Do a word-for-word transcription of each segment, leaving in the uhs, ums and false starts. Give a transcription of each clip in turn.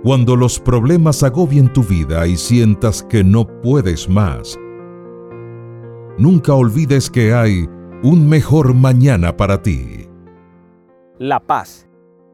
Cuando los problemas agobien tu vida y sientas que no puedes más, nunca olvides que hay un mejor mañana para ti. La paz.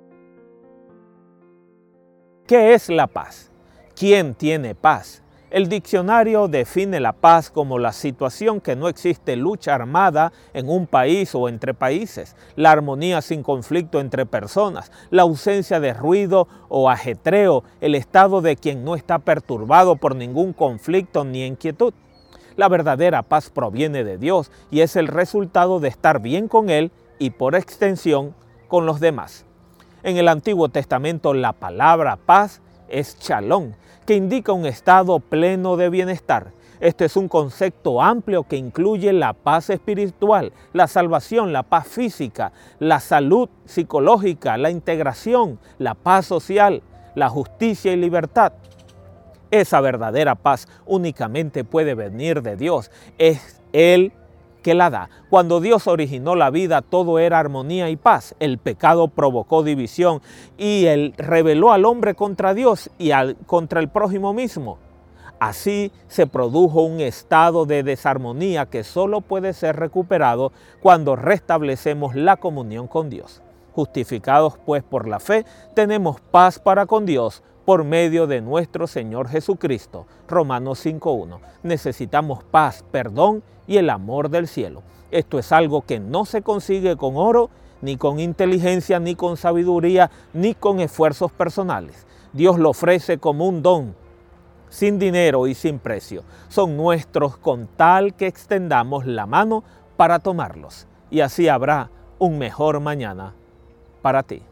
¿Qué es la paz? ¿Quién tiene paz? El diccionario define la paz como la situación que no existe lucha armada en un país o entre países, la armonía sin conflicto entre personas, la ausencia de ruido o ajetreo, el estado de quien no está perturbado por ningún conflicto ni inquietud. La verdadera paz proviene de Dios y es el resultado de estar bien con Él y por extensión con los demás. En el Antiguo Testamento la palabra paz es shalom, que indica un estado pleno de bienestar. Este es un concepto amplio que incluye la paz espiritual, la salvación, la paz física, la salud psicológica, la integración, la paz social, la justicia y libertad. Esa verdadera paz únicamente puede venir de Dios. Es Él que la da. Cuando Dios originó la vida, todo era armonía y paz. El pecado provocó división y Él rebeló al hombre contra Dios y al, contra el prójimo mismo. Así se produjo un estado de desarmonía que solo puede ser recuperado cuando restablecemos la comunión con Dios. Justificados pues por la fe, tenemos paz para con Dios por medio de nuestro Señor Jesucristo. Romanos cinco uno. Necesitamos paz, perdón y el amor del cielo. Esto es algo que no se consigue con oro, ni con inteligencia, ni con sabiduría, ni con esfuerzos personales. Dios lo ofrece como un don, sin dinero y sin precio. Son nuestros con tal que extendamos la mano para tomarlos. Y así habrá un mejor mañana para ti.